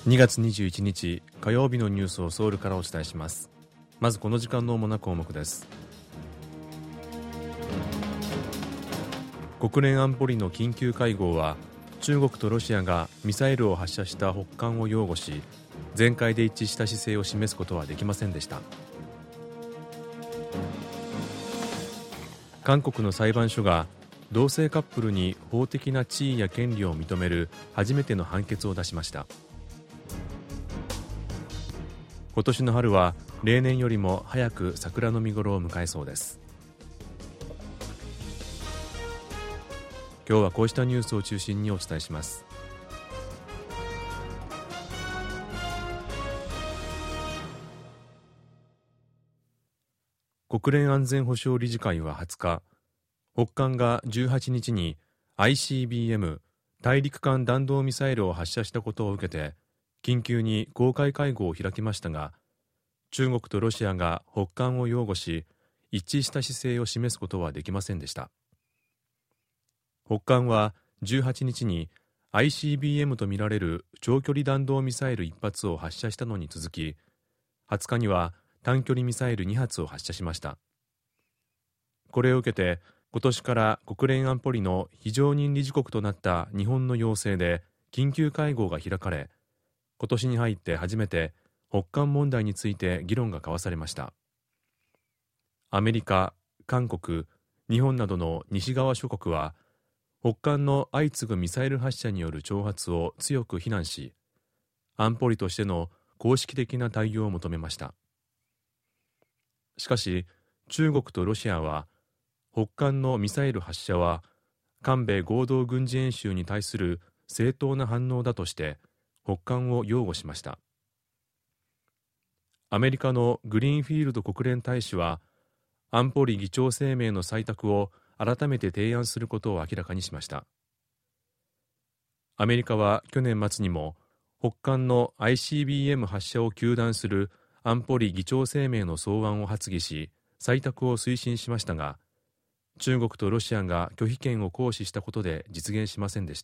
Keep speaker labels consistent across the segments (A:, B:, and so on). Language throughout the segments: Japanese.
A: 2月21日火曜日のニュースをソウルからお伝えします。まずこの時間の主な項目です。国連安保理の緊急会合は中国とロシアがミサイルを発射した北韓を擁護し、全会で一致した姿勢を示すことはできませんでした。韓国の裁判所が同性カップルに法的な地位や権利を認める初めての判決を出しました。今年の春は例年よりも早く桜の見頃を迎えそうです。今日はこうしたニュースを中心にお伝えします。国連安全保障理事会は20日、北韓が18日に ICBM 大陸間弾道ミサイルを発射したことを受けて緊急に公開会合を開きましたが、中国とロシアが北韓を擁護し一致した姿勢を示すことはできませんでした。北韓は18日に ICBM とみられる長距離弾道ミサイル1発を発射したのに続き、20日には短距離ミサイル2発を発射しました。これを受けて今年から国連安保理の非常任理事国となった日本の要請で緊急会合が開かれ、今年に入って初めて北韓問題について議論が交わされました。アメリカ、韓国、日本などの西側諸国は北韓の相次ぐミサイル発射による挑発を強く非難し、安保理としての公式的な対応を求めました。しかし中国とロシアは北韓のミサイル発射は韓米合同軍事演習に対する正当な反応だとして北韓を擁護しました。アメリカのグリーンフィールド国連大使は安保理議長声明の採択を改めて提案することを明らかにしました。アメリカは去年末にも北韓の ICBM 発射を糾弾する安保理議長声明の草案を発議し採択を推進しましたが、中国とロシアが拒否権を行使したことで実現しませんでした。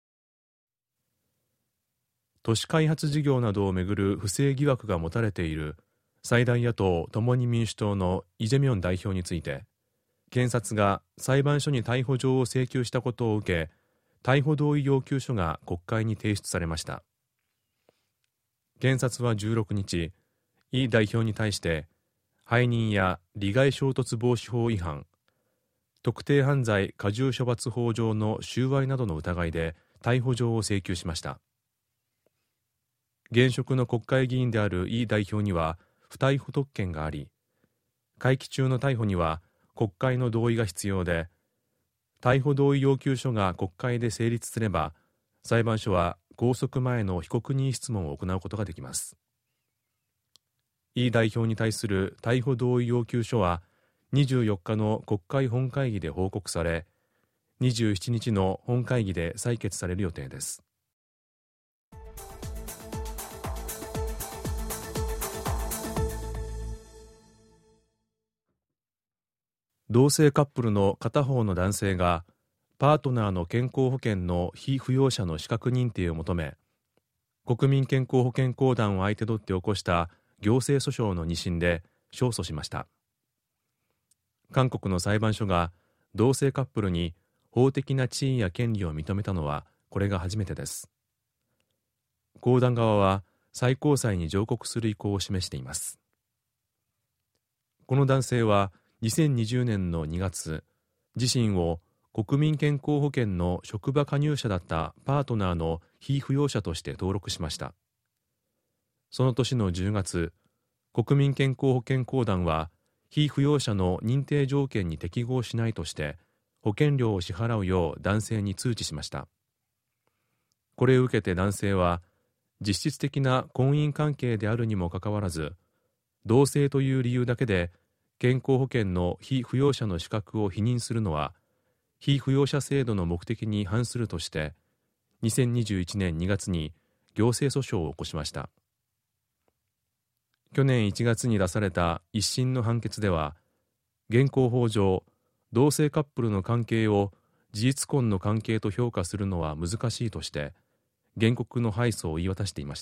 A: 都市開発事業などをめぐる不正疑惑が持たれている最大野党共に民主党のイ・ジェミョン代表について、検察が裁判所に逮捕状を請求したことを受け、逮捕同意要求書が国会に提出されました。検察は16日、イ代表に対して背任や利害衝突防止法違反、特定犯罪加重処罰法上の収賄などの疑いで逮捕状を請求しました。現職の国会議員であるイ代表には不逮捕特権があり、会期中の逮捕には国会の同意が必要で、逮捕同意要求書が国会で成立すれば、裁判所は拘束前の被告人質問を行うことができます。イ代表に対する逮捕同意要求書は24日の国会本会議で報告され、27日の本会議で採決される予定です。同性カップルの片方の男性がパートナーの健康保険の被扶養者の資格認定を求め、国民健康保険公団を相手取って起こした行政訴訟の2審で勝訴しました。韓国の裁判所が同性カップルに法的な地位や権利を認めたのはこれが初めてです。公団側は最高裁に上告する意向を示しています。この男性は2020年の2月、自身を国民健康保険の職場加入者だったパートナーの被扶養者として登録しました。その年の10月、国民健康保険公団は被扶養者の認定条件に適合しないとして保険料を支払うよう男性に通知しました。これを受けて男性は実質的な婚姻関係であるにもかかわらず、同性という理由だけで健康保険の被扶養者の資格を否認するのは被扶養者制度の目的に反するとして2021年2月に行政訴訟を起こしました。去年1月に出された一審の判決では、現行法上同性カップルの関係を事実婚の関係と評価するのは難しいとして、 原告の敗訴を言い渡していました。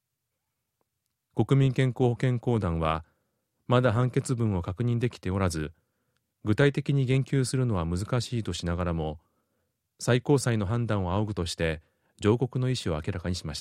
A: 国民健康保険公団はまだ判決文を確認できておらず、具体的に言及するのは難しいとしながらも、最高裁の判断を仰ぐとして上告の意思を明らかにしました。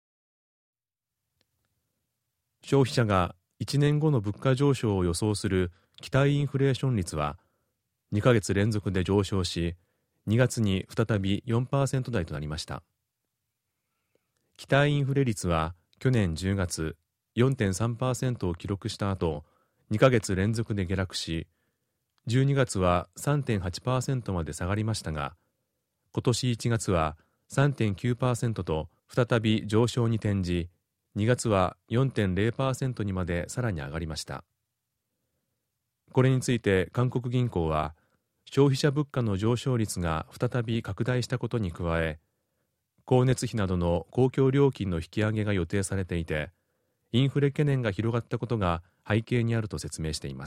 A: 消費者が1年後の物価上昇を予想する期待インフレーション率は2ヶ月連続で上昇し、2月に再び 4% 台となりました。期待インフレ率は去年10月 4.3% を記録した後、2ヶ月連続で下落し、12月は 3.8% まで下がりましたが、今年1月は 3.9% と再び上昇に転じ、2月は 4.0% にまでさらに上がりました。これについて韓国銀行は、消費者物価の上昇率が再び拡大したことに加え、光熱費などの公共料金の引き上げが予定されていて、インフレ懸念が広がったことが背景にあると説明しています。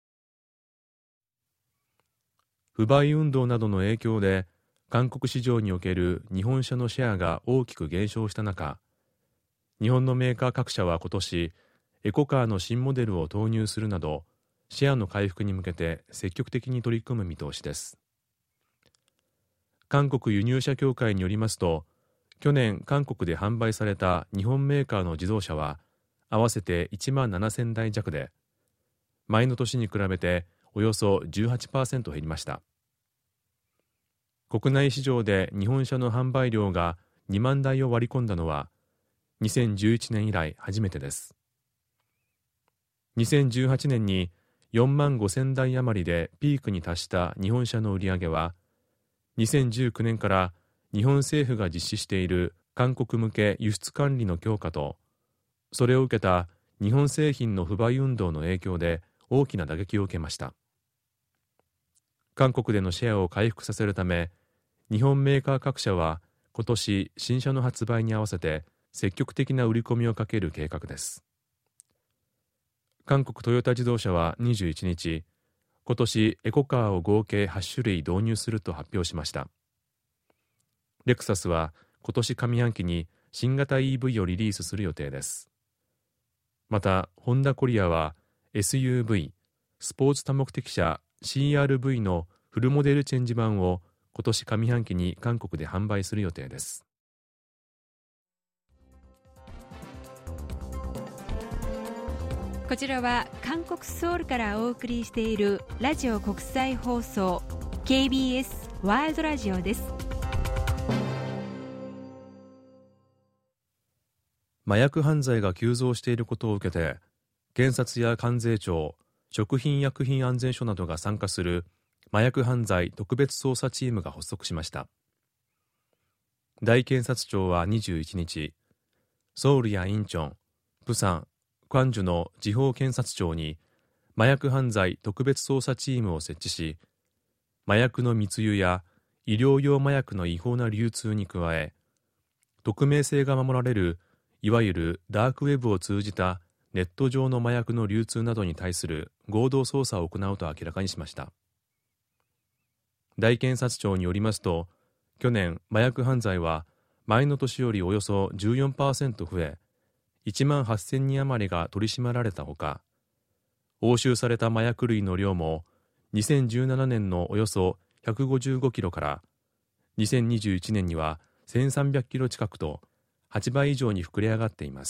A: 不買運動などの影響で、韓国市場における日本車のシェアが大きく減少した中、日本のメーカー各社は今年、エコカーの新モデルを投入するなど、シェアの回復に向けて積極的に取り組む見通しです。韓国輸入車協会によりますと、去年韓国で販売された日本メーカーの自動車は合わせて1万7000台弱で、前の年に比べておよそ 18% 減りました。国内市場で日本車の販売量が2万台を割り込んだのは2011年以来初めてです。2018年に4万5000台余りでピークに達した日本車の売り上げは、2019年から日本政府が実施している韓国向け輸出管理の強化と、それを受けた日本製品の不買運動の影響で大きな打撃を受けました。韓国でのシェアを回復させるため、日本メーカー各社は今年新車の発売に合わせて積極的な売り込みをかける計画です。韓国トヨタ自動車は21日、今年エコカーを合計8種類導入すると発表しました。レクサスは今年上半期に新型 EV をリリースする予定です。また、ホンダコリアは SUV、スポーツ多目的車 CRV のフルモデルチェンジ版を今年上半期に韓国で販売する予定です。
B: こちらは韓国ソウルからお送りしているラジオ国際放送 KBS ワールドラジオです。
A: 麻薬犯罪が急増していることを受けて、検察や関税庁、食品薬品安全署などが参加する麻薬犯罪特別捜査チームが発足しました。大検察庁は21日、ソウルやインチョン、プサン、クァンジュの地方検察庁に麻薬犯罪特別捜査チームを設置し、麻薬の密輸や医療用麻薬の違法な流通に加え、匿名性が守られるいわゆるダークウェブを通じたネット上の麻薬の流通などに対する合同捜査を行うと明らかにしました。大検察庁によりますと、去年麻薬犯罪は前の年よりおよそ 14% 増え、1万8000人余りが取り締まられたほか、押収された麻薬類の量も2017年のおよそ155キロから2021年には1300キロ近くと8倍以上に膨れ上がっています。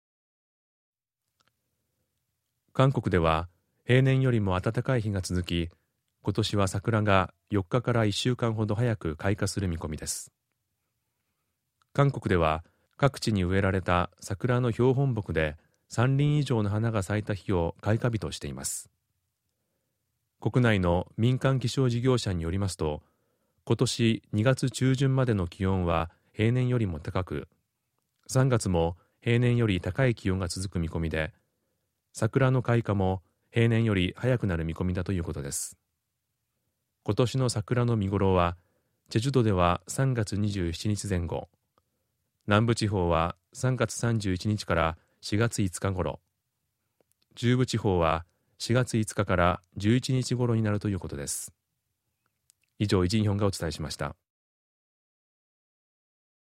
A: 韓国では平年よりも暖かい日が続き、今年は桜が4日から1週間ほど早く開花する見込みです。韓国では各地に植えられた桜の標本木で3輪以上の花が咲いた日を開花日としています。国内の民間気象事業者によりますと、今年2月中旬までの気温は平年よりも高く、3月も平年より高い気温が続く見込みで、桜の開花も平年より早くなる見込みだということです。今年の桜の見頃は、チェジュ島では3月27日前後、南部地方は3月31日から4月5日頃、中部地方は4月5日から11日頃になるということです。以上、イ・ジンヒョンがお伝えしました。